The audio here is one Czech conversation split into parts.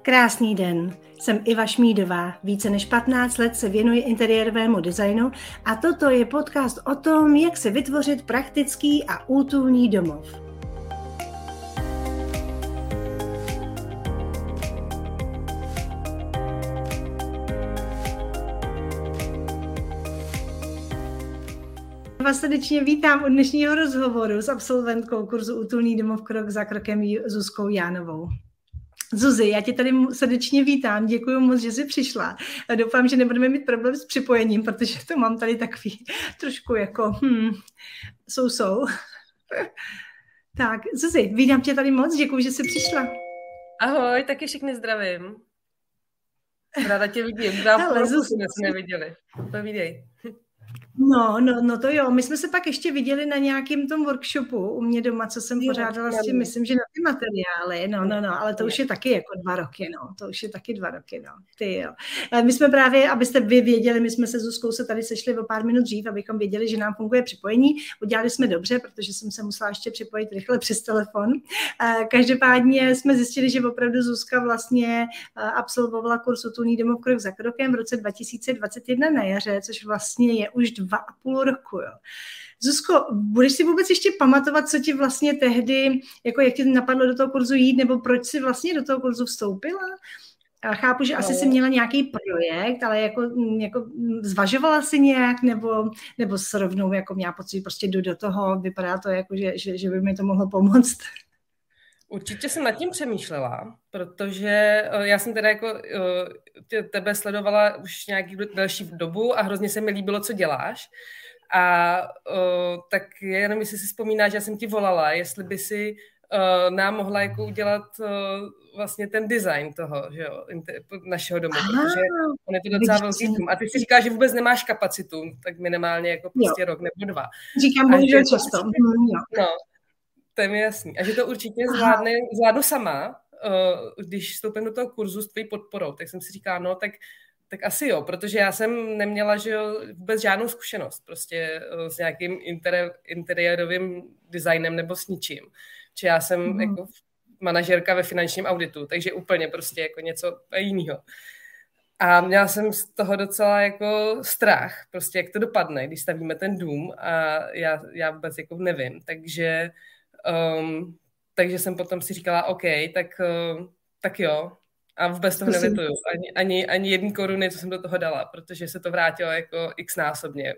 Krásný den, jsem Iva Šmídová. Více než 15 let se věnuji interiérovému designu a toto je podcast o tom, jak si vytvořit praktický a útulný domov. Vás srdečně vítám u dnešního rozhovoru s absolventkou kurzu Útulný domov krok za krokem Zuzkou Jánovou. Zuzi, já tě tady srdečně vítám, děkuji moc, že jsi přišla. Doufám, že nebudeme mít problém s připojením, protože to mám tady takový trošku jako Tak, Zuzi, vítám tě tady moc, děkuji, že jsi přišla. Ahoj, taky všechny zdravím. Ráda tě vidím, vám půl roku jsme se neviděli. Povídej. No to jo, my jsme se pak ještě viděli na nějakém tom workshopu u mě doma, co jsem pořádala s tím, myslím, že na ty materiály, ale to už je taky jako 2 roky, ty jo. My jsme právě, abyste vy věděli, my jsme se Zuzkou se tady sešli o pár minut dřív, abychom věděli, že nám funguje připojení, udělali jsme dobře, protože jsem se musela ještě připojit rychle přes telefon. Každopádně jsme zjistili, že opravdu Zuzka vlastně absolvovala kurz Útulný domov krok za krokem v roce 2021 na jaře, což vlastně je už 2,5 roku, jo. Zuzko, budeš si vůbec ještě pamatovat, co ti vlastně tehdy, jako jak ti napadlo do toho kurzu jít, nebo proč jsi vlastně do toho kurzu vstoupila? A chápu, že asi jsi měla nějaký projekt, ale jako zvažovala si nějak, nebo se rovnou jako měla pocit, prostě jdu do toho, vypadá to jako, že by mi to mohlo pomoct? Určitě jsem nad tím přemýšlela, protože já jsem teda jako tebe sledovala už nějaký další dobu a hrozně se mi líbilo, co děláš. A tak jenom jestli si vzpomínáš, že já jsem ti volala, jestli by si nám mohla jako udělat vlastně ten design toho, že jo, našeho domu, protože on je to docela velký dům. A ty si říkáš, že vůbec nemáš kapacitu, tak minimálně jako prostě rok nebo 2. Říkám bohužel často. No. To je mi jasný. A že to určitě zvládnu sama, když vstoupím do toho kurzu s tvojí podporou. Tak jsem si říkala, tak asi jo, protože já jsem neměla vůbec žádnou zkušenost prostě s nějakým interiérovým designem nebo s ničím. Či já jsem jako manažerka ve finančním auditu, takže úplně prostě jako něco jiného. A měla jsem z toho docela jako strach, prostě jak to dopadne, když stavíme ten dům a já vůbec jako nevím, takže jsem potom si říkala, OK, tak jo. A vůbec toho nelituju. Ani 1 koruny, co jsem do toho dala, protože se to vrátilo jako x-násobně.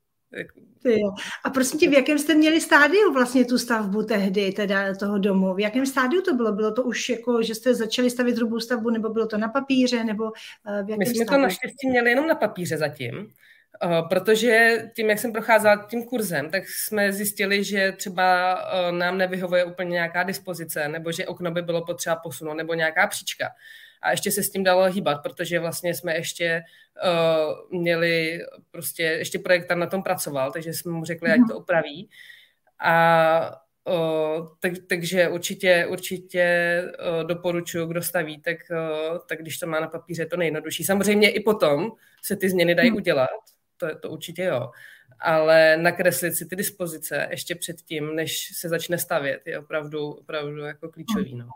A prosím tě, v jakém jste měli stádiu vlastně tu stavbu tehdy, teda toho domu? V jakém stádiu to bylo? Bylo to už jako, že jste začali stavět hrubou stavbu, nebo bylo to na papíře, nebo v jakém My jsme stádiu? to naštěstí měli jenom na papíře zatím. Protože tím, jak jsem procházela tím kurzem, tak jsme zjistili, že třeba nám nevyhovuje úplně nějaká dispozice, nebo že okno by bylo potřeba posunout, nebo nějaká příčka. A ještě se s tím dalo hýbat, protože vlastně jsme ještě měli, prostě ještě projektant na tom pracoval, takže jsme mu řekli, ať to opraví. A takže určitě doporučuji, kdo staví, tak když to má na papíře, je to nejjednodušší. Samozřejmě i potom se ty změny dají udělat, to určitě jo, ale nakreslit si ty dispozice ještě předtím, než se začne stavět, je opravdu jako klíčový. No.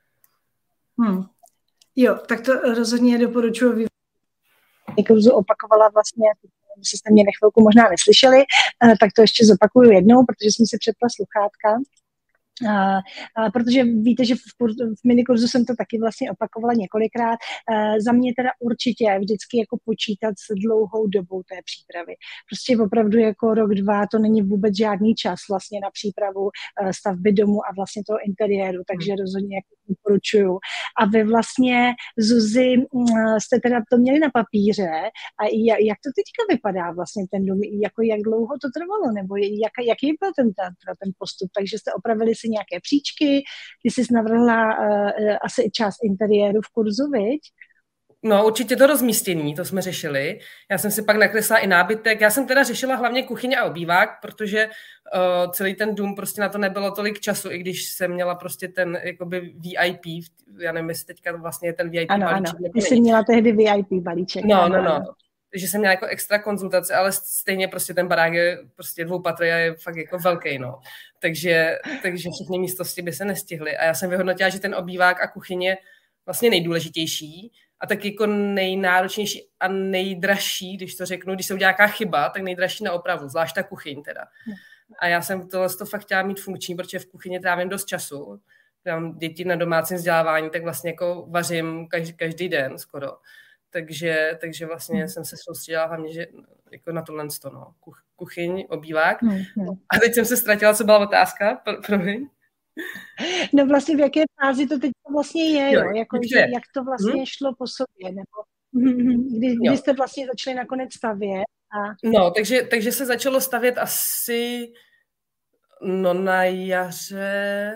Jo, tak to rozhodně doporučuji. Kurzu opakovala vlastně, jestli jste mě na chvilku možná neslyšeli, tak to ještě zopakuju jednou, protože jsem si přepla sluchátka. Protože víte, že v minikurzu jsem to taky vlastně opakovala několikrát. Za mě teda určitě vždycky jako počítat s dlouhou dobou té přípravy. Prostě opravdu jako rok, 2, to není vůbec žádný čas vlastně na přípravu stavby domu a vlastně toho interiéru, takže rozhodně jako doporučuju. A vy vlastně, Zuzi, jste teda to měli na papíře a jak to teďka vypadá vlastně ten dům, jako jak dlouho to trvalo, nebo jaký byl ten postup, takže jste opravili si nějaké příčky, ty jsi navrhla asi i část interiéru v kurzu, viď? No, určitě to rozmístění, to jsme řešili. Já jsem si pak nakreslila i nábytek. Já jsem teda řešila hlavně kuchyně a obývák, protože celý ten dům prostě na to nebylo tolik času, i když jsem měla prostě ten jakoby VIP, já nevím, jestli teďka vlastně je ten VIP balíček. Ano, ty jsi měla tehdy VIP balíček. No. Takže jsem měla jako extra konzultace, ale stejně prostě ten barák je prostě 2patrový a je fakt jako velký, no. Takže všechny místnosti by se nestihly. A já jsem vyhodnotila, že ten obývák a kuchyně vlastně nejdůležitější a tak jako nejnáročnější a nejdražší, když to řeknu, když se udělá nějaká chyba, tak nejdražší na opravu, zvlášť ta kuchyň teda. A já jsem to fakt chtěla mít funkční, protože v kuchyni trávím dost času. Mám děti na domácím vzdělávání, tak vlastně jako vařím každý den skoro. Takže vlastně jsem se soustředila hlavně že jako na tohle, no. Kuchyň, obývák. A teď jsem se ztratila, co byla otázka, promiň. No vlastně v jaké fázi to teď vlastně je, jo? Jako, jak to vlastně šlo po sobě, nebo kdy jste vlastně začali nakonec stavět. No, takže se začalo stavět asi na jaře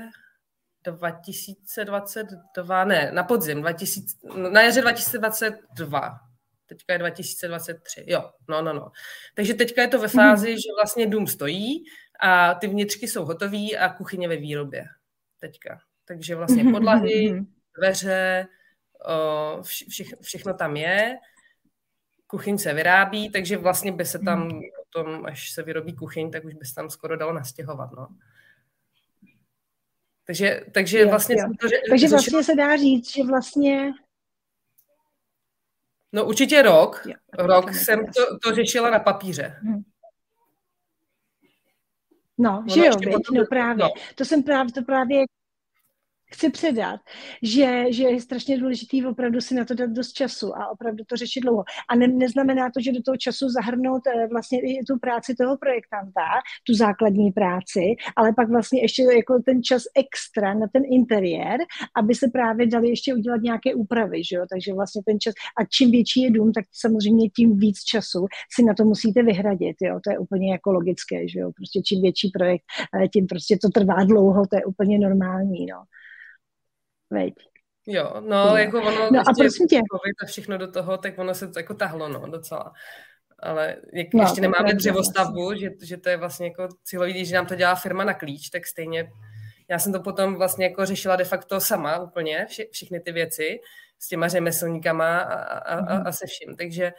2022, ne, na podzim, na jaře 2022. Teďka je 2023, jo, no. Takže teďka je to ve fázi, že vlastně dům stojí a ty vnitřky jsou hotový a kuchyně ve výrobě teďka. Takže vlastně podlahy, dveře, všechno tam je, kuchyň se vyrábí, takže vlastně by se tam potom, až se vyrobí kuchyň, tak už by se tam skoro dalo nastěhovat, no. Takže vlastně... Takže vlastně se dá říct, že vlastně... No určitě rok. Rok jsem to řešila na papíře. No, že jo, no právě. No. To právě chci předat, že je strašně důležitý opravdu si na to dát dost času a opravdu to řešit dlouho. A neznamená to, že do toho času zahrnout vlastně i tu práci toho projektanta, tu základní práci, ale pak vlastně ještě jako ten čas extra na ten interiér, aby se právě dali ještě udělat nějaké úpravy, že jo? Takže vlastně ten čas, a čím větší je dům, tak samozřejmě tím víc času si na to musíte vyhradit, jo? To je úplně jako logické, že jo? Prostě čím větší projekt, tím prostě to trvá dlouho, to je úplně normální, no. Veď. Jo, no, jako ono, no a prosím tě. A všechno do toho, tak ono se to jako tahlo, no, docela. Ale ještě nemáme dřevostavbu, že to je vlastně jako cílový, když nám to dělá firma na klíč, tak stejně, já jsem to potom vlastně jako řešila de facto sama úplně, všechny ty věci s těma řemeslníkama a se vším,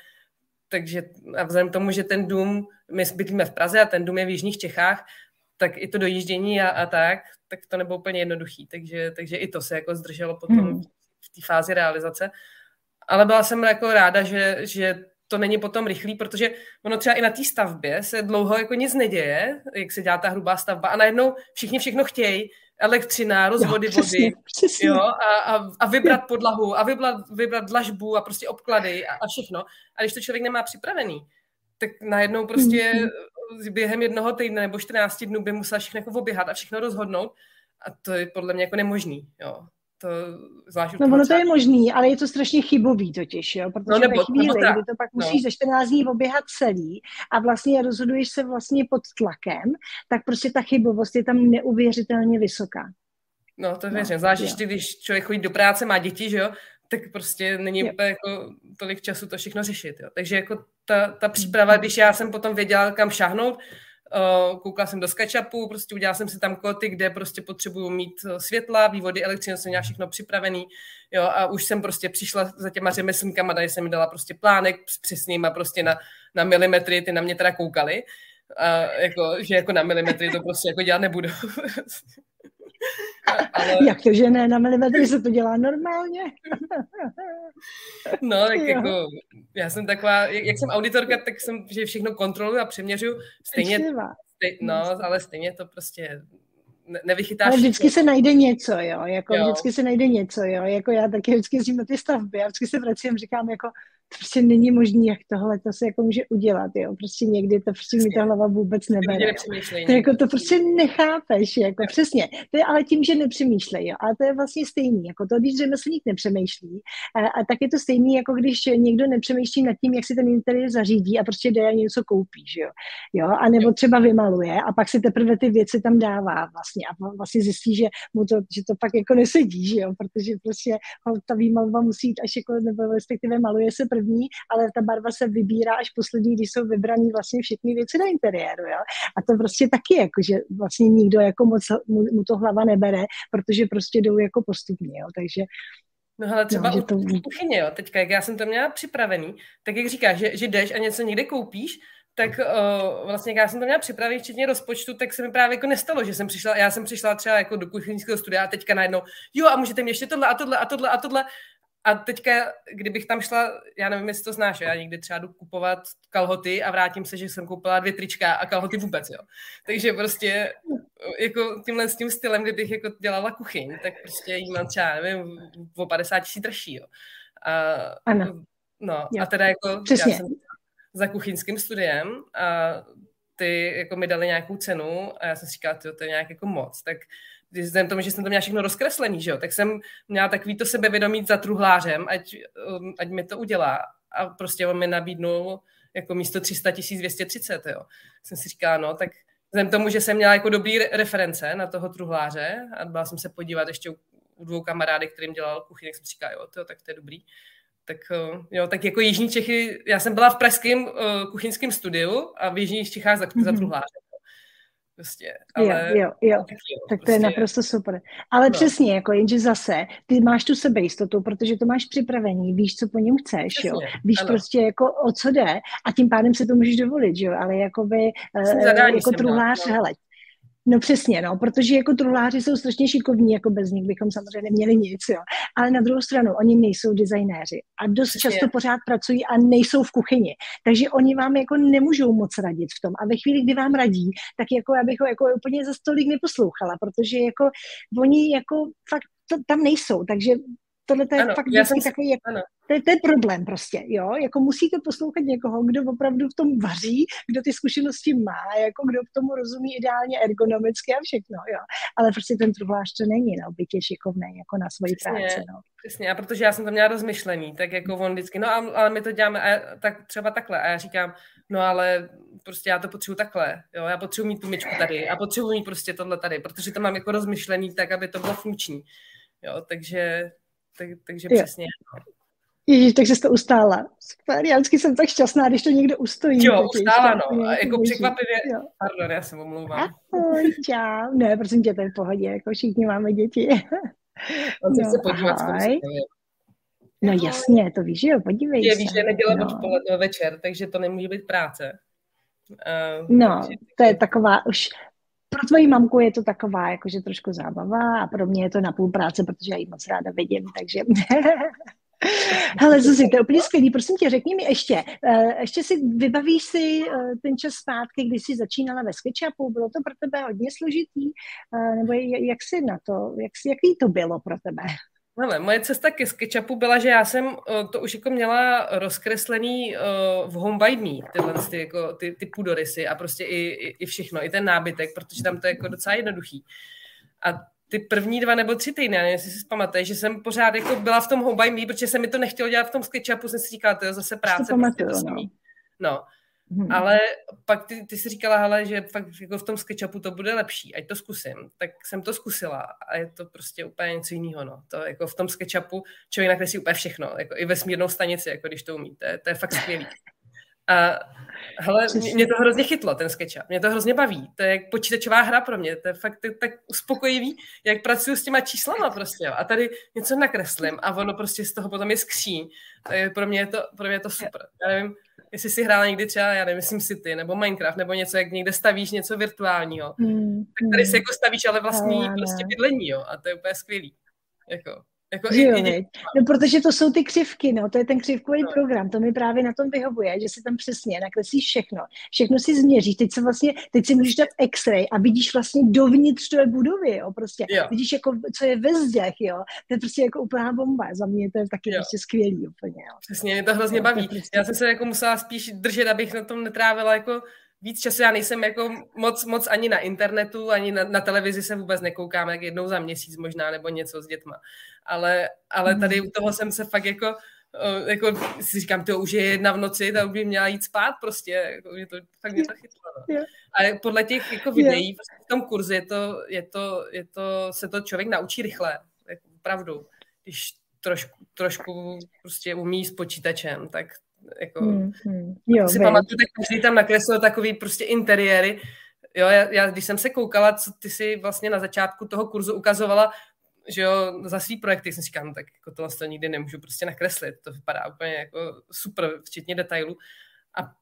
takže a vzhledem k tomu, že ten dům, my bydlíme v Praze a ten dům je v jižních Čechách, tak i to dojíždění a tak to nebylo úplně jednoduchý. Takže i to se jako zdrželo potom v té fázi realizace. Ale byla jsem jako ráda, že to není potom rychlý, protože ono třeba i na té stavbě se dlouho jako nic neděje, jak se dělá ta hrubá stavba a najednou všichni všechno chtějí, elektřina, rozvody vody, jo, a vybrat podlahu a vybrat dlažbu a prostě obklady a všechno. A když to člověk nemá připravený, tak najednou prostě během jednoho týdne nebo 14 dnů by musela všechno jako oběhat a všechno rozhodnout a to je podle mě jako nemožný, jo. To zvlášť ono to je možný, ale je to strašně chybový totiž, jo, protože ve chvíli, kdy to pak musíš za 14 dní oběhat celý a vlastně rozhoduješ se vlastně pod tlakem, tak prostě ta chybovost je tam neuvěřitelně vysoká. No, to věřím, zvlášť ještě, když člověk chodí do práce, má děti, že jo, tak prostě není úplně jako tolik času to všechno řešit, jo. Takže jako ta příprava, když já jsem potom věděla, kam šáhnout, koukala jsem do SketchUpu, prostě udělala jsem si tam koty, kde prostě potřebuju mít světla, vývody, elektřinu, jsem měla všechno připravený, jo, a už jsem prostě přišla za těma řemeslníkama, tady jsem mi dala prostě plánek s přesnýma prostě na milimetry, ty na mě teda koukali, že jako na milimetry to prostě jako dělat nebudu. Ale... Jak to, že ne? Na milimetry se to dělá normálně? No, tak jako, já jsem taková, jak jsem auditorka, tak jsem, že všechno kontroluji a přeměřuju. Ale stejně to prostě nevychytáš. Ale vždycky se najde něco, jo? Vždycky se najde něco, jo? Jako já taky vždycky jezdím na ty stavby a vždycky se vracím, říkám jako, to prostě není možný, jak tohle to se jako může udělat, jo, prostě někdy to prostě mi ta hlava vůbec nebere. To, jako to prostě nechápeš, jako přesně. To je ale tím, že nepřemýšlej, jo, ale to je vlastně stejný, jako to, když řemeslník nepřemýšlí, a tak je to stejný, jako když někdo nepřemýšlí nad tím, jak si ten interiér zařídí a prostě jde a něco koupí, že jo, a nebo třeba vymaluje a pak si teprve ty věci tam dává vlastně a vlastně zjistí, že to pak jako nesedí, že jo, protože prostě ta výmalba musí jít až jako, nebo respektive maluje se první, ale ta barva se vybírá až poslední, když jsou vybraný vlastně všechny věci na interiéru, jo. A to prostě taky jako, že vlastně nikdo jako moc mu to hlava nebere, protože prostě jdou jako postupně, jo, takže... No ale třeba u kuchyně, jo, teďka, jak já jsem to měla připravený, tak jak říkáš, že jdeš a něco někde koupíš, tak vlastně já jsem to měla připravit včetně rozpočtu, tak se mi právě jako nestalo, že já jsem přišla třeba jako do kuchyňského studia a teďka najednou, jo a můžete mi ještě tohle a tohle a tohle a tohle. A teďka, kdybych tam šla, já nevím, jestli to znáš, já někdy třeba jdu kupovat kalhoty a vrátím se, že jsem koupila 2 trička a kalhoty vůbec, jo. Takže prostě jako tímhle s tím stylem, kdybych jako dělala kuchyň, tak prostě jí mám třeba, nevím, o 50 000 dražší, jo. Ano. No, jo. A teda jako Přesně. Já jsem za kuchyňským studiem a ty jako mi dali nějakou cenu a já jsem si říkala, to je nějak jako moc, tak vzhledem tomu, že jsem to měla všechno rozkreslený, že jo, tak jsem měla takový to sebevědomí za truhlářem, ať mi to udělá. A prostě on mi nabídnul jako místo 300 230, jo. Jsem si říkala, no, tak vzhledem tomu, že jsem měla jako dobrý reference na toho truhláře a byla jsem se podívat ještě u 2 kamarádek, kterým dělal kuchyň, tak jsem si říkala, jo, tak to je dobrý. Tak jo, tak jako Jižní Čechy, já jsem byla v pražském kuchyňském studiu a v Jižních Čechách za truhláře. Prostě, ale jo. Tak to je naprosto super. Ale přesně, jako jenže zase, ty máš tu sebejistotu, protože to máš připravený, víš, co po něm chceš, přesně, jo. Víš prostě jako o co jde a tím pádem se to můžeš dovolit, jo, ale jakoby jako truhlář, hele. No přesně, no, protože jako truhláři jsou strašně šikovní, jako bez nich bychom samozřejmě neměli nic, jo. Ale na druhou stranu, oni nejsou designéři a dost často pořád pracují a nejsou v kuchyni. Takže oni vám jako nemůžou moc radit v tom. A ve chvíli, kdy vám radí, tak jako já bych ho jako úplně za stolik neposlouchala, protože jako oni jako fakt tam nejsou, takže tohle je fakt vždycky takový, to je problém prostě, jo, jako musíte poslouchat někoho, kdo opravdu v tom vaří, kdo ty zkušenosti má, jako kdo k tomu rozumí ideálně ergonomicky a všechno, jo, ale prostě ten truhlář to není, no, byť je šikovnej jako na svoji práci, no. Přesně, a protože já jsem to měla rozmyšlení, tak jako on vždycky, no ale my to děláme tak třeba takhle a já říkám, no ale prostě já to potřebuji takhle, jo, já potřebuji mít tu myčku tady a potřebuji mít prostě tohle tady, protože to mám jako rozmyšlení tak, aby to bylo funkční, jo, takže přesně. Ježíš, takže jsi to ustála. Super, já vždycky jsem tak šťastná, když to někdo ustojí. Jo, ustála, no. A jako překvapivě. Jo. Pardon, já se omlouvám. Ahoj, čau. Ne, prosím tě, to je v pohodě, jako všichni máme děti. On se chce podívat, no jasně, to víš, jo, podívej se. Víš, že nedělá odpoledne večer, takže to nemůže být práce. No, to je taková už... Pro tvoji mamku je to taková jakože trošku zábava a pro mě je to na půl práce, protože já ji moc ráda vidím, takže... Hele, Zuzi, to je úplně skvělý. Prosím tě, řekni mi ještě si vybavíš si ten čas zpátky, kdy jsi začínala ve SketchUpu, bylo to pro tebe hodně složitý? Nebo jak jsi na to, jaký to bylo pro tebe? Hele, moje cesta ke SketchUpu byla, že já jsem to už jako měla rozkreslený v Home by Me, ty půdorysy a prostě i všechno, i ten nábytek, protože tam to je jako docela jednoduchý. A ty první 2 nebo 3 týdny, nevím, jestli si pamatuješ, že jsem pořád jako byla v tom Home by Me, protože se mi to nechtělo dělat v tom SketchUpu, jsem si říkala, to je zase práce. No. Ale pak ty si říkala, hele, že fakt jako v tom SketchUpu to bude lepší, ať to zkusím. Tak jsem to zkusila a je to prostě úplně něco jiného. No. To jako v tom SketchUpu člověk nakreslí úplně všechno, jako i vesmírnou stanici, jako když to umí. To je fakt skvělý. A hele, mě to hrozně chytlo, ten SketchUp. Mě to hrozně baví. To je jak počítačová hra pro mě. To je fakt tak uspokojivý, jak pracuju s těma číslama prostě. Jo. A tady něco nakreslím a ono prostě z toho potom je skříň. Pro mě je to super. Já nevím, jestli si hrála někdy třeba, já nevím, SimCity nebo Minecraft nebo něco, jak někde stavíš něco virtuálního. Tak tady si jako stavíš ale vlastní prostě bydlení, jo. A to je úplně skvělý. Jako no, protože to jsou ty křivky, no, to je ten křivkový program, to mi právě na tom vyhovuje, že si tam přesně nakreslíš všechno si změříš, teď si můžeš dát X-ray a vidíš vlastně dovnitř té budovy, jo, prostě, vidíš jako, co je ve zdech, jo, to je prostě jako úplná bomba, za mě to je taky prostě skvělý úplně, jo. Přesně, mě to hrozně baví, prostě... já jsem se jako musela spíš držet, abych na tom netrávila jako víc času, já nejsem jako moc ani na internetu, ani na televizi se vůbec nekoukám, jak jednou za měsíc možná, nebo něco s dětma. Ale tady u toho jsem se fakt jako si říkám, to už je 1 v noci, ta už by měla jít spát prostě, jako mě to chytlo. No. A podle těch jako videí v tom kurzu se to člověk naučí rychle, jako opravdu. Když trošku prostě umí s počítačem, tak jako si pamatuju, tak každý tam nakreslil takový prostě interiéry. Jo, já když jsem se koukala, co ty si vlastně na začátku toho kurzu ukazovala, že jo, za svý projekty, jsem říkala, no tak jako tohle to nikdy nemůžu prostě nakreslit, to vypadá úplně jako super, včetně detailů. A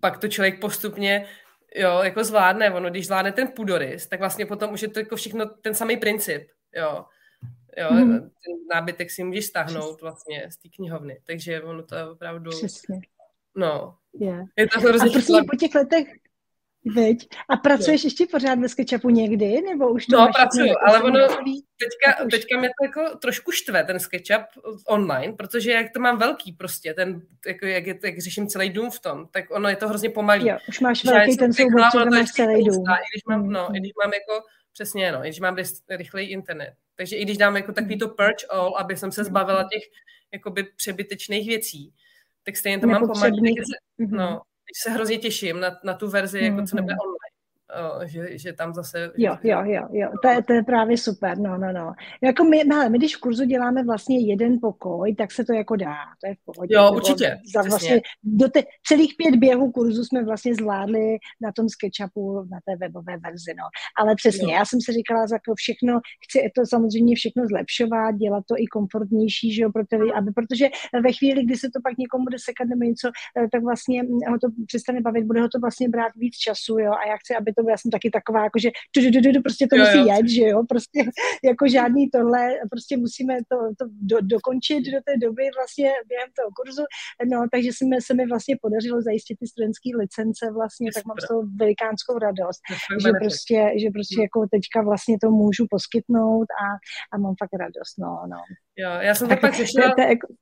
pak to člověk postupně jako zvládne. Ono, když zvládne ten půdorys, tak vlastně potom už je to jako všechno ten samý princip. Jo, ten nábytek si můžeš stáhnout vlastně z té knihovny. Takže ono to je opravdu... Přesně. No. Yeah. Je to hrozně... A prostě po těch letech Veď. A pracuješ ještě pořád ve SketchUpu někdy? Nebo už to pracuju, ale ono teďka mě to jako trošku štve, ten SketchUp online, protože jak to mám velký prostě, ten, jako jak řeším celý dům v tom, tak ono je to hrozně pomalý. Jo, už máš velký ten soubor, že máš celý dům. I když mám jako, přesně, i když mám rychlej internet. Takže i když dám jako takový to purge all, aby jsem se zbavila těch jakoby přebytečných věcí, tak stejně to mám pomalý. Když se hrozně těším na tu verzi, jako co nebude online, že tam zase... Jo, to je právě super, no. Jako my když v kurzu děláme vlastně jeden pokoj, tak se to jako dá, to je v pohodě. Jo, určitě, vlastně celých 5 běhů kurzu jsme vlastně zvládli na tom SketchUpu, na té webové verzi, no. Ale přesně, já jsem si říkala, jako všechno, chci to samozřejmě všechno zlepšovat, dělat to i komfortnější, že jo, protože ve chvíli, kdy se to pak někomu bude sekat nebo něco, tak vlastně ho to přestane bavit, bude ho to vlastně brát víc času, jo, a já chci, aby to já jsem taky taková, jakože prostě to musí jet, že jo, prostě jako žádný tohle, prostě musíme to dokončit do té doby vlastně během toho kurzu, no, takže se mi vlastně podařilo zajistit ty studentské licence vlastně, tak mám z toho velikánskou radost, že prostě jako teďka vlastně to můžu poskytnout a mám fakt radost, no. Jo, já jsem to pak řešila...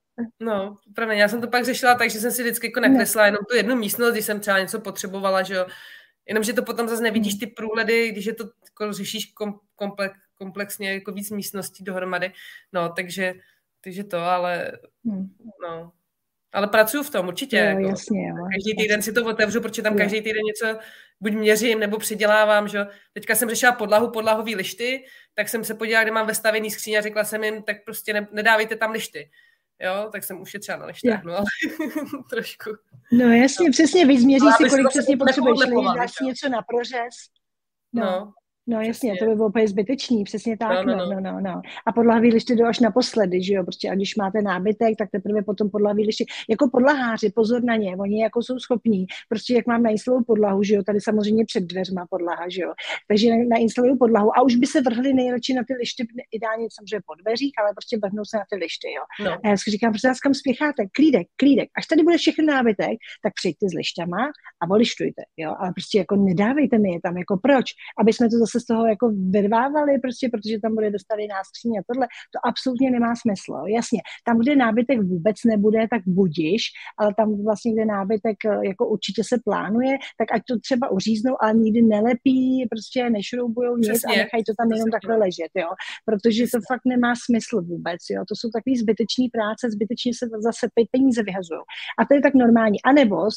já jsem to pak řešila tak, že jsem si vždycky jako nakreslila jenom tu jednu místnost, když jsem třeba něco potřebovala, že jo, jenomže to potom zase nevidíš ty průhledy, když je to jako řešíš komplexně jako víc místností dohromady. No, takže to, ale no. Ale pracuju v tom určitě. Jo, jako. jasně, jo. Každý týden si to otevřu, protože tam každý týden něco buď měřím, nebo předělávám, že teďka jsem řešila podlahový lišty, tak jsem se podívala, kde mám vestavený skříň a řekla jsem jim, tak prostě nedávejte tam lišty. Jo, tak jsem ušetřila na lištách, no, ale trošku. No jasně, přesně, vyzměří si, kolik přesně potřebuješ, dáš si něco na prořez. No jasně, to by bylo úplně zbytečný, přesně tak, no. A podlahový lišty jdou až naposledy, že jo, prostě a když máte nábytek, tak teprve potom podlahový lišty, jako podlaháři, pozor na ně, oni jako jsou schopní, prostě jak mám nainstalují podlahu, že jo, tady samozřejmě před dveřma podlaha, že jo, takže nainstalují podlahu a už by se vrhli nejradši na ty lišty, ideálně samozřejmě po dveřích, ale prostě vrhnou se na ty lišty, jo. No. A já si říkám, prostě kam spěcháte, klídek, až tady bude všechny nábytek, tak přijďte s lištama a olištujte, jo, ale prostě jako nedávejte mi je tam, jako proč, aby jsme to zase z toho jako vyrvávali, prostě, protože tam bude dostavěná skříň a tohle, to absolutně nemá smysl. Jasně, tam, kde nábytek vůbec nebude, tak budiš, ale tam vlastně, kde nábytek jako určitě se plánuje, tak ať to třeba uříznou, ale nikdy nelepí, prostě nešroubujou nic a nechají to tam jenom takhle ležet, jo. Protože to fakt nemá smysl vůbec, jo. To jsou takový zbytečný práce, zbytečně se zase peníze vyhazují. A to je tak normální. A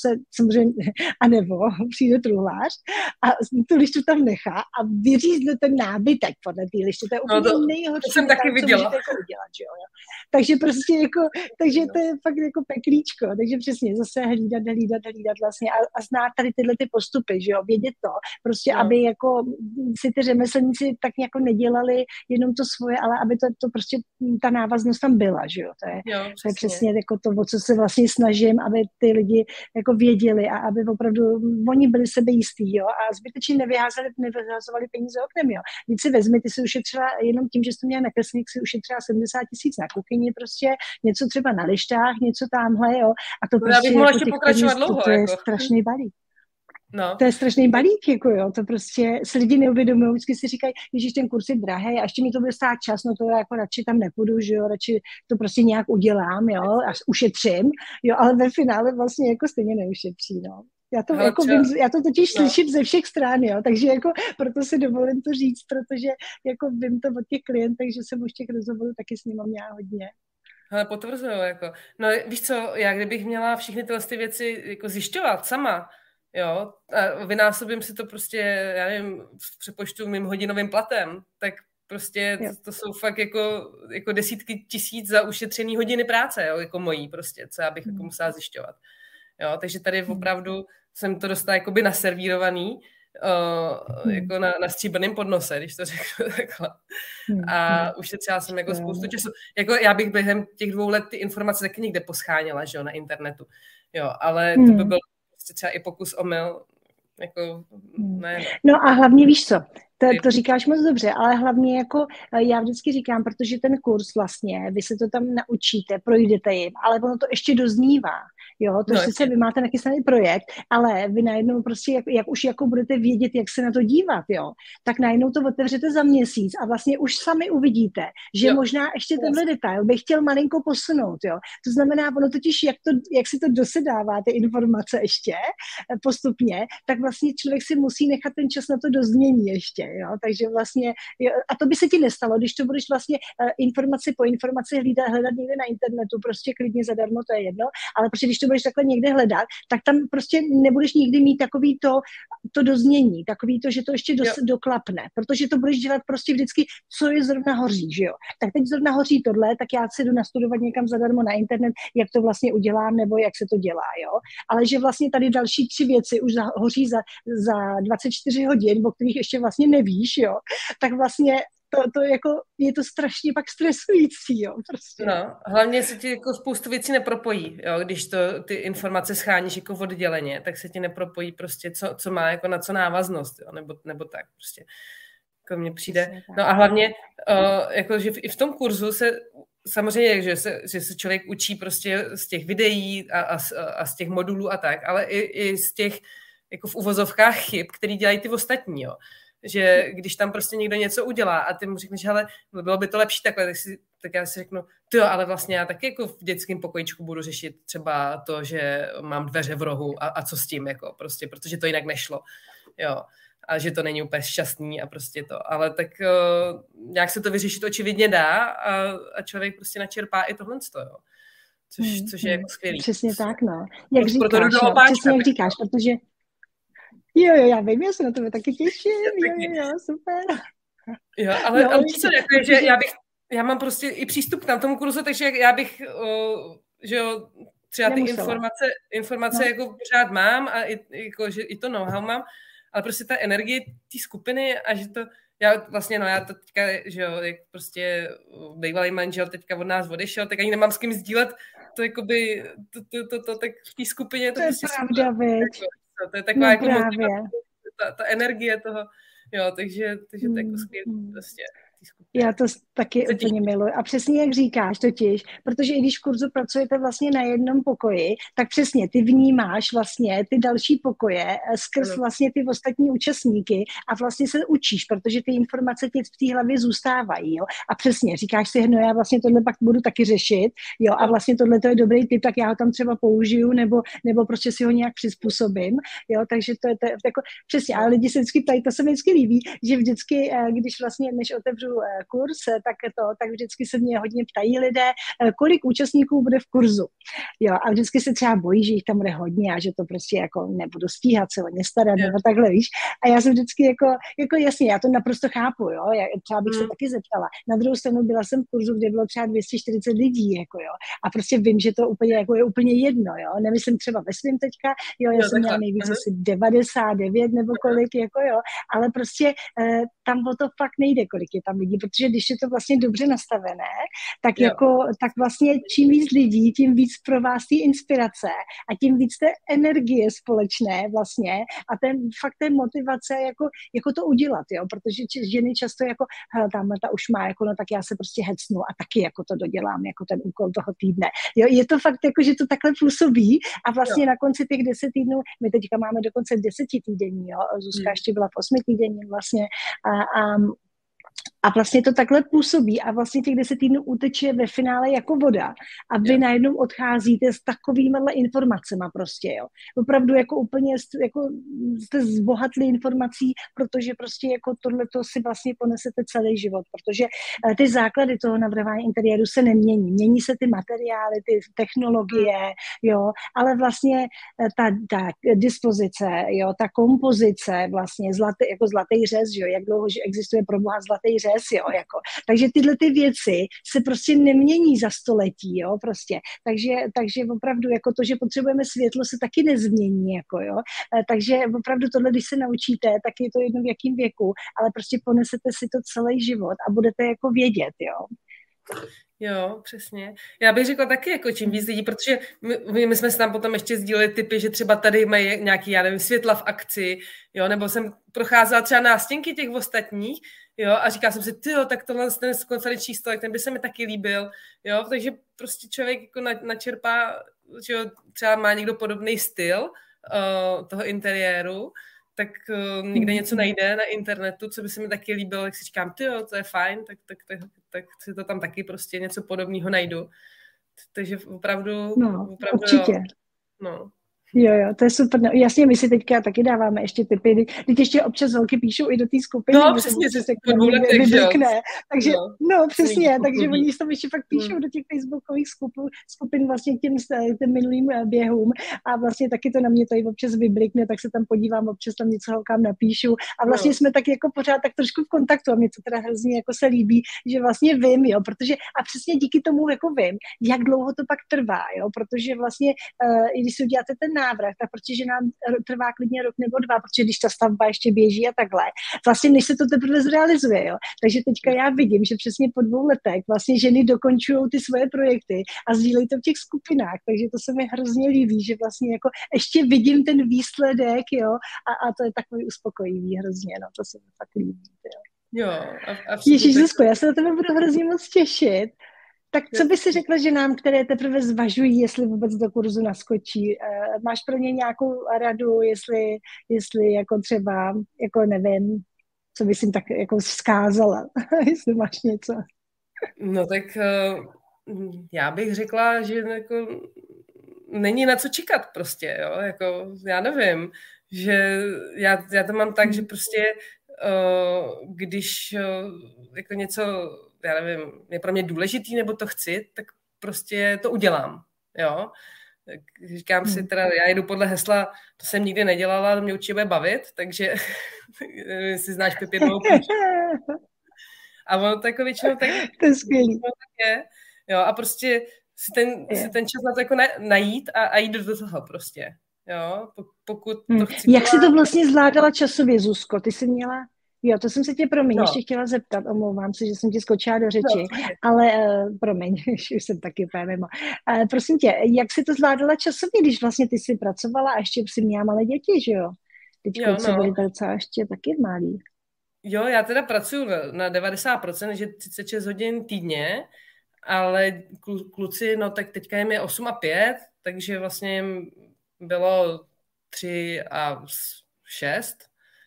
nebo přijde truhlář a tu lištu tam nechá a vyřízne ten nábytek podle té liště. To je úplně nejhorší, jsem taky viděla. Co můžete jako udělat, že jo. Takže prostě jako, takže to je fakt jako peklíčko. Takže přesně zase hlídat vlastně a znát tady tyhle ty postupy, že jo, vědět to, prostě aby jako si ty řemeslníci tak jako nedělali jenom to svoje, ale aby to prostě ta návaznost tam byla, že jo. To je přesně jako to, o co se vlastně snažím, aby ty lidi jako věděli a aby opravdu oni byli sebejistí, jo, a zbytečně nevyhazovali peníze oknem, jo. Když si vezmi, ty si ušetřila jenom tím, že jsi to měla nakreslit, si ušetřila 70 000 na kuchyni, prostě něco třeba na lištách, něco tamhle, jo. A to prostě bych mohla ještě pokračovat dlouho, to je strašný balík. No. To je strašný balík, jako jo, to prostě se lidi neuvědomují, vždycky si říkají, ježiš, ten kurz je drahý a ještě mi to bude stát čas, no to jako radši tam nepůjdu, že jo, radši to prostě nějak udělám, jo, a ušetřím, jo, ale ve finále vlastně jako stejně neušetří, no. Já to totiž slyším ze všech stran, jo, takže jako proto si dovolím to říct, protože jako vím to od těch klientech, že jsem už těch rozhovorů taky s nimi měla hodně. Ale potvrzuju, jako. No víš co, já kdybych měla všechny tyhle věci jako zjišťovat sama, jo, a vynásobím si to prostě, já nevím, v přepočtu mým hodinovým platem, tak prostě to jsou fakt jako desítky tisíc za ušetřený hodiny práce, jo, jako mojí prostě, co já bych jako musela zjišťovat. Jo, takže tady opravdu jsem to dostala jakoby naservírovaný, jako na stříbrném podnose, když to řeknu takhle. A ušetřila jsem jako spoustu času. Jako já bych během těch 2 let ty informace taky někde poscháněla, že jo, na internetu. Jo, ale to by bylo třeba i pokus omyl, jako ne. No a hlavně víš co, to říkáš moc dobře, ale hlavně jako já vždycky říkám, protože ten kurz vlastně, vy se to tam naučíte, projdete jim, ale ono to ještě doznívá. Jo, to sice vy máte nachystaný projekt, ale vy najednou prostě, jak už jako budete vědět, jak se na to dívat, jo, tak najednou to otevřete za měsíc a vlastně už sami uvidíte, že možná ještě tenhle detail bych chtěl malinko posunout, jo. To znamená, ono totiž, jak si to dosedává, ty informace ještě postupně, tak vlastně člověk si musí nechat ten čas na to doznění ještě, jo, takže vlastně, a to by se ti nestalo, když to budeš vlastně informaci po informaci hledat někde na internetu, prostě klidně zadarmo, to je jedno, ale prostě když to budeš takhle někde hledat, tak tam prostě nebudeš nikdy mít takový to doznění, takový to, že to ještě doklapne, protože to budeš dělat prostě vždycky, co je zrovna hoří, že jo. Tak teď zrovna hoří tohle, tak já si jdu nastudovat někam zadarmo na internet, jak to vlastně udělám, nebo jak se to dělá, jo. Ale že vlastně tady další 3 věci už hoří za 24 hodin, o kterých ještě vlastně nevíš, jo, tak vlastně to jako, je to strašně pak stresující, jo, prostě. No, hlavně se ti jako spoustu věcí nepropojí, jo, když ty informace scháníš jako odděleně, tak se ti nepropojí prostě, co má jako na co návaznost, jo, nebo tak prostě. Jako mně přijde. No a hlavně, jako, že i v tom kurzu se samozřejmě, že se člověk učí prostě z těch videí a z těch modulů a tak, ale i z těch jako v uvozovkách chyb, který dělají ty ostatní, jo. Že když tam prostě někdo něco udělá a ty mu řekneš, hele, bylo by to lepší takhle, tak já si řeknu, jo, ale vlastně já taky jako v dětském pokojíčku budu řešit třeba to, že mám dveře v rohu a co s tím, jako prostě, protože to jinak nešlo, jo, a že to není úplně šťastný a prostě to, ale tak nějak se to vyřešit očividně dá a člověk prostě načerpá i tohle, jo. Což je jako skvělý. Přesně tak, no. Jak říkáš, přesně jak říkáš, protože Jo, já vím, já se na tebe taky těším, jo, super. Jo, ale víš co, jako, že já mám prostě i přístup k tomu kurzu, takže já bych, že jo, třeba ty informace jako pořád mám a jako, že i to know-how mám, ale prostě ta energie té skupiny a že to, já to teďka, že jo, jak prostě bývalý manžel teďka od nás odešel, tak ani nemám s kým sdílet, to jakoby, to tak v té skupině to prostě pravda, to je taková jako ta energie toho, jo, takže to je jako skvělý prostě. Já to taky úplně miluji. A přesně jak říkáš totiž, protože i když v kurzu pracujete vlastně na jednom pokoji, tak přesně ty vnímáš vlastně ty další pokoje skrz vlastně ty ostatní účastníky a vlastně se učíš, protože ty informace ti v té hlavě zůstávají, jo. A přesně říkáš si, no já vlastně tohle pak budu taky řešit, jo, a vlastně tohle to je dobrý tip, tak já ho tam třeba použiju, nebo prostě si ho nějak přizpůsobím, jo, takže to je jako přesně, ale lidi se vždycky ptají, to se mi vždycky líbí, že vždycky, když vlastně, než otevřu kurz, tak vždycky se mě hodně ptají lidé, kolik účastníků bude v kurzu. Jo, a vždycky se třeba bojí, že jich tam bude hodně a že to prostě jako nebudu stíhat se o ně starat, nebo takhle, víš. A já jsem vždycky jako jasně, já to naprosto chápu, jo, třeba bych se taky zeptala. Na druhou stranu byla jsem v kurzu, kde bylo třeba 240 lidí, jako jo, a prostě vím, že to úplně jako je úplně jedno, jo, nemyslím třeba ve svým teďka, jo, já jsem měla nejvíc asi 99 nebo kolik, jako jo, ale prostě tam o to fakt nejde, kolik je tam lidí, protože když je to vlastně dobře nastavené, tak vlastně čím víc lidí, tím víc pro vás té inspirace a tím víc té energie společné vlastně a fakt té motivace jako to udělat, jo, protože ženy často jako, hele, tamhle ta už má, jako, no tak já se prostě hecnu a taky jako to dodělám, jako ten úkol toho týdne. Jo, je to fakt jako, že to takhle působí a vlastně na konci těch 10 týdnů, my teďka máme dokonce 10 týdení, jo, Zuzka ještě byla v 8 týdení vlastně a vlastně to takhle působí a vlastně těch 10 týdnů uteče ve finále jako voda a vy najednou odcházíte s takovýmhle informacema prostě, jo. Opravdu jako úplně jako jste zbohatli informací, protože prostě jako tohleto si vlastně ponesete celý život, protože ty základy toho navrhování interiéru se nemění. Mění se ty materiály, ty technologie, jo, ale vlastně ta dispozice, jo, ta kompozice vlastně jako zlatý řez, jo, jak dlouho že existuje pro Boha zlatý řez, jo, jako. Takže tyhle ty věci se prostě nemění za století, jo, prostě. Takže opravdu jako to, že potřebujeme světlo, se taky nezmění, jako, jo. Takže opravdu tohle, když se naučíte, tak je to jedno v jakém věku, ale prostě ponesete si to celý život a budete jako vědět, jo. Jo, přesně. Já bych řekla taky, jako čím víc lidí, protože my jsme si tam potom ještě sdíleli typy, že třeba tady mají nějaký, já nevím, světla v akci, jo, nebo jsem procházela třeba nástěnky těch ostatních, jo, a říkala jsem si, tyjo, tak tohle ten konferenční stolek, ten by se mi taky líbil, jo, takže prostě člověk jako načerpá, že jo, třeba má někdo podobný styl toho interiéru, tak někde něco najde na internetu, co by se mi taky líbilo, tak si říkám, tyjo, to je fajn, tak si to tam taky prostě něco podobného najdu. Takže opravdu určitě. Jo. No. Jo, to je super. No, jasně, my si teďka taky dáváme ještě tipy. Teď ještě občas holky píšou i do té skupiny. No, přesně, že se vyblikne. Takže, no, přesně, takže oni tam ještě fakt píšou do těch facebookových skupin vlastně k těm minulým běhům a vlastně taky to na mě tady občas vyblikne, tak se tam podívám, občas tam něco holkám napíšu a vlastně jsme taky jako pořád tak trošku v kontaktu a mě to teda hrozně jako se líbí, že vlastně vím, jo, protože a přesně díky tomu jako vím, jak dlouho to pak trvá, jo, protože vlastně, i když si uděláte ten návrh, tak protože nám trvá klidně rok nebo 2, protože když ta stavba ještě běží a takhle, vlastně než se to teprve zrealizuje, jo. Takže teďka já vidím, že přesně po 2 letech vlastně ženy dokončují ty svoje projekty a sdílejí to v těch skupinách, takže to se mi hrozně líbí, že vlastně jako ještě vidím ten výsledek, jo, a to je takový uspokojivý hrozně, no, to se mi fakt líbí, jo. Jo, Ježíš, Zuzko, já se na tebe budu hrozně moc těšit. Tak co by si řekla ženám, které teprve zvažují, jestli vůbec do kurzu naskočí? Máš pro ně nějakou radu, jestli jako třeba, jako nevím, co bys jim tak jako vzkázala, jestli máš něco? No tak já bych řekla, že jako není na co čekat prostě, jo, jako já nevím, že já to mám tak, že prostě když jako něco, já nevím, je pro mě důležitý, nebo to chci, tak prostě to udělám, jo. Říkám si teda, já jdu podle hesla, to jsem nikdy nedělala, to mě určitě bude bavit, takže si znáš Pipinovu půjčku. A ono to jako většinou tak to je skvělý. Je, jo, a prostě si ten čas na to jako najít a jít do toho prostě, jo, pokud to chci. Jak jsi to vlastně zvládala časově, Zuzko? Ty jsi měla... Jo, to jsem se tě, ještě chtěla zeptat, omlouvám se, že jsem ti skočila do řeči, ale promiň, už jsem taky úplně mimo. Prosím tě, jak jsi to zvládala časově, když vlastně ty jsi pracovala a ještě jsi měla malé děti, že jo? Teď kluci byli docela ještě taky malí. Jo, já teda pracuji na 90%, že 36 hodin týdně, ale kluci, no tak teďka jim je 8 a 5, takže vlastně jim bylo 3 a 6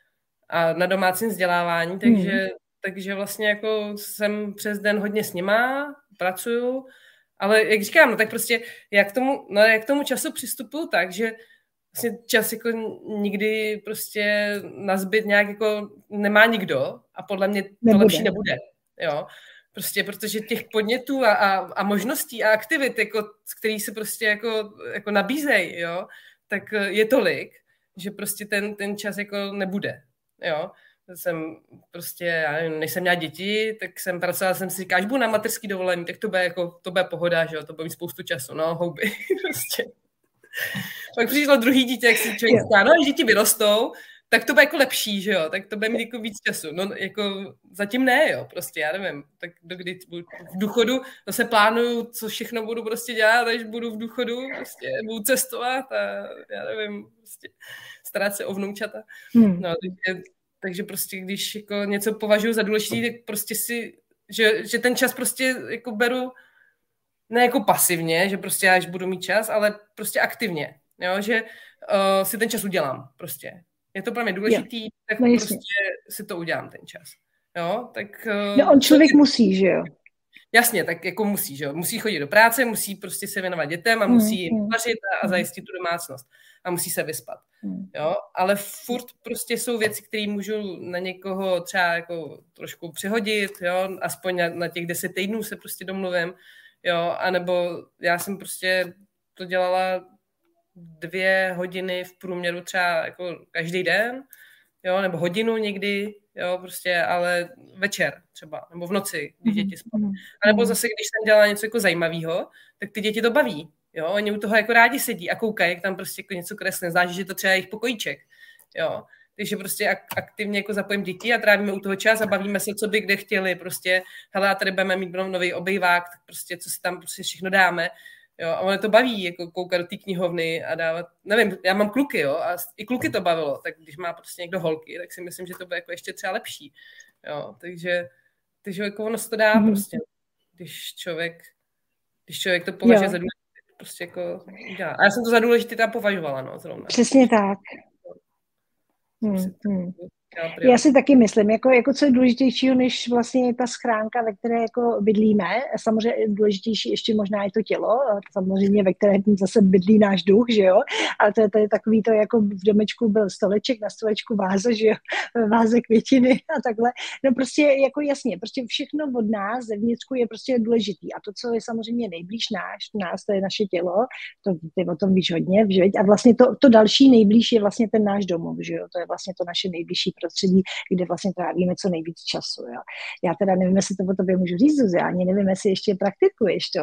a na domácím vzdělávání, takže vlastně jako jsem přes den hodně s nima, pracuju, ale jak říkám, no tak prostě jak k tomu času přistupuju tak, že vlastně čas jako nikdy prostě nazbyt nějak jako nemá nikdo a podle mě to lepší nebude, jo. Prostě protože těch podnětů a možností a aktivit, jako, který se prostě jako nabízejí, jo, tak je tolik, že prostě ten čas jako nebude, jo. Jsem prostě, já nevím, než jsem měla děti, tak jsem pracovala, jsem si říkala, až budu na mateřský dovolení, tak to bude pohoda, že jo, to bude mít spoustu času, no, houby, prostě. Pak přišlo druhý dítě, jak si člověk říká, no, až děti vyrostou, tak to bude jako lepší, že jo, tak to bude mít jako víc času. No, jako zatím ne, jo, prostě, já nevím, tak dokdy budu v důchodu, to se plánuju, co všechno budu prostě dělat, až budu v důchodu, prostě budu cestovat a já nevím, prostě starat se o vnoučata. No, takže prostě, když jako něco považuji za důležitý, tak prostě že ten čas prostě jako beru ne jako pasivně, že prostě až budu mít čas, ale prostě aktivně, jo, že si ten čas udělám prostě. Je to pro mě důležitý, tak prostě si to udělám ten čas. Jo, tak... No on člověk musí, že jo? Jasně, tak jako musí, že jo. Musí chodit do práce, musí prostě se věnovat dětem a musí jim vařit a zajistit tu domácnost. A musí se vyspat. Jo, ale furt prostě jsou věci, které můžu na někoho třeba jako trošku přihodit, jo, aspoň na těch 10 týdnů se prostě domluvím, jo, anebo já jsem prostě to dělala 2 hodiny v průměru třeba jako každý den, jo, nebo hodinu někdy, jo, prostě, ale večer třeba, nebo v noci, když děti spí. A nebo zase, když jsem dělala něco jako zajímavého, tak ty děti to baví, jo, oni u toho jako rádi sedí a koukají, jak tam prostě jako něco kreslí, zvlášť, že to třeba jejich pokojíček, jo, takže prostě aktivně jako zapojím děti a trávíme u toho čas a bavíme se, co by kde chtěli, prostě, hele, a tady budeme mít nový obejvák, tak prostě, co si tam prostě všechno dáme, jo, a ono to baví, jako koukat do té knihovny a dávat, nevím, já mám kluky, jo, a i kluky to bavilo, tak když má prostě někdo holky, tak si myslím, že to bude jako ještě třeba lepší, jo, takže jako ono se to dá prostě, když člověk to považuje za důležité, prostě jako dělá. A já jsem to za důležité tam považovala, no, zrovna. Přesně tak. Já si taky myslím, jako co je důležitějšího, než vlastně ta schránka, ve které jako bydlíme. Samozřejmě důležitější ještě možná je to tělo, samozřejmě ve kterém zase bydlí náš duch, že jo, ale to je takový to, jako v domečku byl stoleček, na stolečku váza, že jo, váze květiny a takhle. No prostě jako jasně, prostě všechno od nás zevnitřku je prostě důležitý a to, co je samozřejmě nejblíž nás, to je naše tělo, to ty o tom víš hodně, že? A vlastně to další nejblíž je vlastně ten náš domov, že jo, to je vlastně to naše nejbližší prostředí, kde vlastně trávíme co nejvíc času. Jo. Já teda nevím, jestli to o tobě můžu říct, Zuzi, ani nevím, jestli ještě praktikuješ to,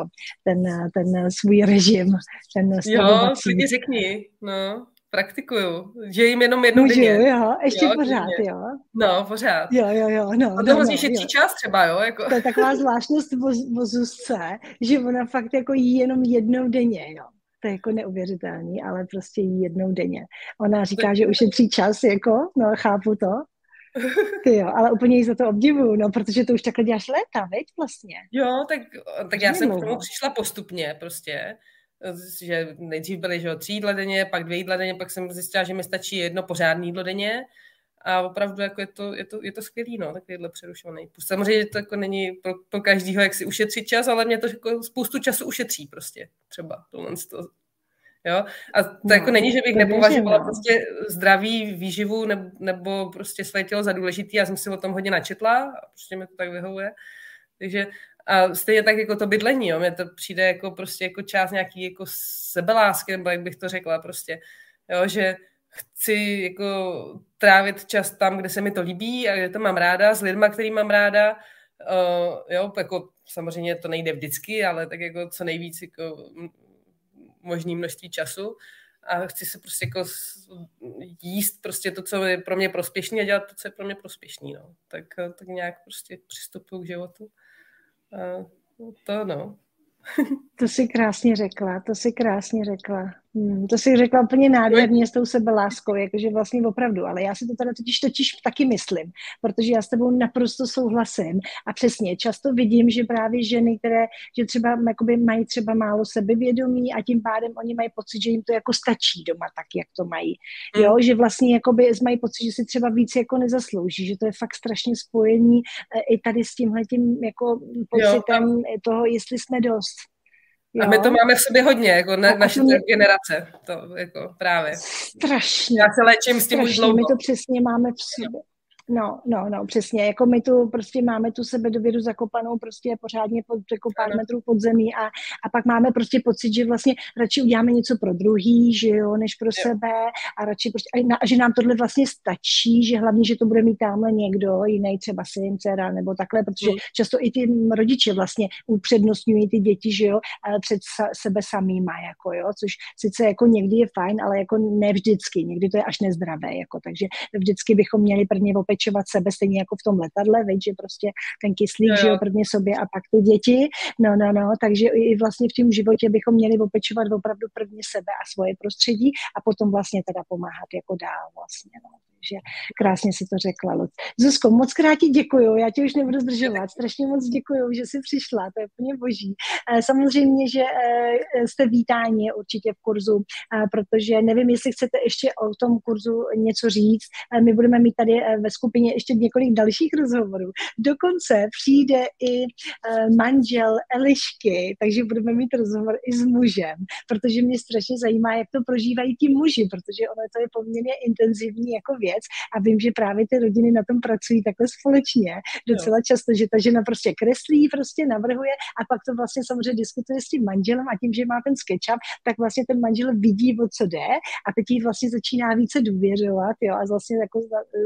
ten svůj režim, ten stravovací. Jo, klidně řekni, no, praktikuju. Že jim jenom jednou denně. Jo, ještě pořád, klidně. jo. No, pořád. Jo, no. A to vlastně šetří čas třeba, jo. Jako. To je taková zvláštnost o Zuzce, že ona fakt jako jí jenom jednou denně, jo. To je jako neuvěřitelný, ale prostě jí jednou denně. Ona říká, že ušetří čas, jako, no, chápu to. Ty jo, ale úplně jí za to obdivuju, no, protože to už takhle děláš léta, veď vlastně. Jo, tak já jsem k tomu přišla postupně prostě, že nejdřív byly, že 3 jídla denně, pak 2 jídla denně, pak jsem zjistila, že mi stačí 1 pořádné jídlo denně a opravdu jako je to skvělý, no, takovýhle přerušovaný. Samozřejmě to jako není pro každýho, jak si ušetřit čas, ale mě to jako spoustu času ušetří prostě, třeba tohle to. Jo? A to jako není, že bych nepovažovala prostě zdraví, výživu nebo prostě své tělo za důležitý. Já jsem si o tom hodně načetla a prostě mi to tak vyhovuje. Takže a stejně tak jako to bydlení, jo? Mně to přijde jako prostě jako část nějaký jako sebelásky, nebo jak bych to řekla prostě, jo? Že chci jako trávit čas tam, kde se mi to líbí a kde to mám ráda, s lidma, který mám ráda, jo? Jako samozřejmě to nejde vždycky, ale tak jako co nejvíc jako možný množství času a chci se prostě jako jíst prostě to, co je pro mě prospěšný a dělat to, co je pro mě prospěšný, no. Tak nějak prostě přistupuji k životu. A to, no. To jsi krásně řekla. To jsi řekla úplně nádherně s tou sebeláskou, jakože vlastně opravdu, ale já si to teda totiž taky myslím, protože já s tebou naprosto souhlasím a přesně, často vidím, že právě ženy, které, že třeba jakoby mají třeba málo sebevědomí a tím pádem oni mají pocit, že jim to jako stačí doma tak, jak to mají. Jo, že vlastně jakoby mají pocit, že si třeba víc jako nezaslouží, že to je fakt strašně spojení i tady s tímhletím jako pocitem toho, jestli jsme dost. Jo. A my to máme v sobě hodně, jako naše generace, to jako právě. Strašně. Já se léčím s tím už dlouho. My to přesně máme v sobě. No, přesně, jako my tu prostě máme tu sebedověru zakopanou prostě pořádně jako pár metrů pod zemí a pak máme prostě pocit, že vlastně radši uděláme něco pro druhý, že jo, než pro sebe a radši prostě, a že nám tohle vlastně stačí, že hlavně, že to bude mít tamhle někdo jiný, třeba syn, dcera nebo takhle, protože často i ty rodiče vlastně upřednostňují ty děti, že jo, před sebe samýma, jako jo, což sice jako někdy je fajn, ale jako ne vždycky, někdy to je až nezdravé, jako, takže vždycky bychom měli prvně opečovat sebe, stejně jako v tom letadle, veď, že prostě ten kyslík, že jo, prvně sobě a pak ty děti, no, takže i vlastně v tom životě bychom měli opečovat opravdu prvně sebe a svoje prostředí a potom vlastně teda pomáhat jako dál vlastně, no. Takže krásně si to řekla, Luc. Zuzko, moc krát ti děkuju, já tě už nebudu zdržovat, strašně moc děkuju, že jsi přišla, to je úplně boží. Samozřejmě, že jste vítáni určitě v kurzu, protože nevím, jestli chcete ještě o tom kurzu něco říct, my budeme mít tady ve skupině ještě několik dalších rozhovorů. Dokonce přijde i manžel Elišky, takže budeme mít rozhovor i s mužem, protože mě strašně zajímá, jak to prožívají ti muži, protože ono to je poměrně intenzivní jako věc a vím, že právě ty rodiny na tom pracují takhle společně docela často, že ta žena prostě kreslí, prostě navrhuje a pak to vlastně samozřejmě diskutuje s tím manželem a tím, že má ten SketchUp, tak vlastně ten manžel vidí, o co jde a teď jí vlastně začíná více důvěřovat, jo, a vlastně jako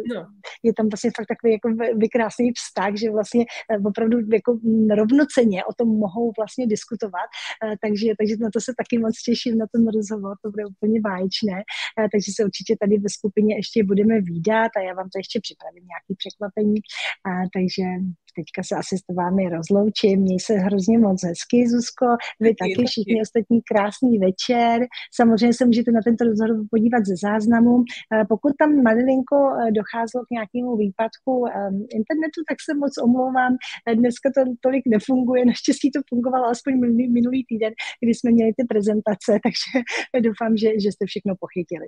je tam vlastně fakt takový jako vykrásný vztah, že vlastně opravdu jako rovnocenně o tom mohou vlastně diskutovat, takže na to se taky moc těším, na ten rozhovor, to bude úplně báječné, takže se určitě tady ve skupině ještě budeme budeme vídat a já vám to ještě připravím nějaké překvapení. Takže teďka se asi s vámi rozloučím. Měj se hrozně moc hezky, Zuzko. Vy taky, všichni ostatní krásný večer. Samozřejmě se můžete na tento rozhovor podívat ze záznamu. Pokud tam, Marilinko, docházelo k nějakému výpadku internetu, tak se moc omlouvám. Dneska to tolik nefunguje. Naštěstí to fungovalo aspoň minulý týden, kdy jsme měli ty prezentace, takže doufám, že jste všechno pochytili.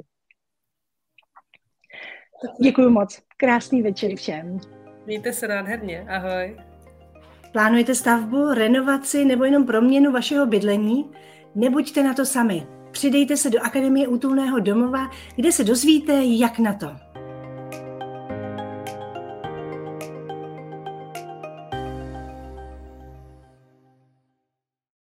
Děkuju moc. Krásný večer všem. Mějte se nádherně. Ahoj. Plánujete stavbu, renovaci nebo jenom proměnu vašeho bydlení? Nebuďte na to sami. Přidejte se do Akademie útulného domova, kde se dozvíte, jak na to.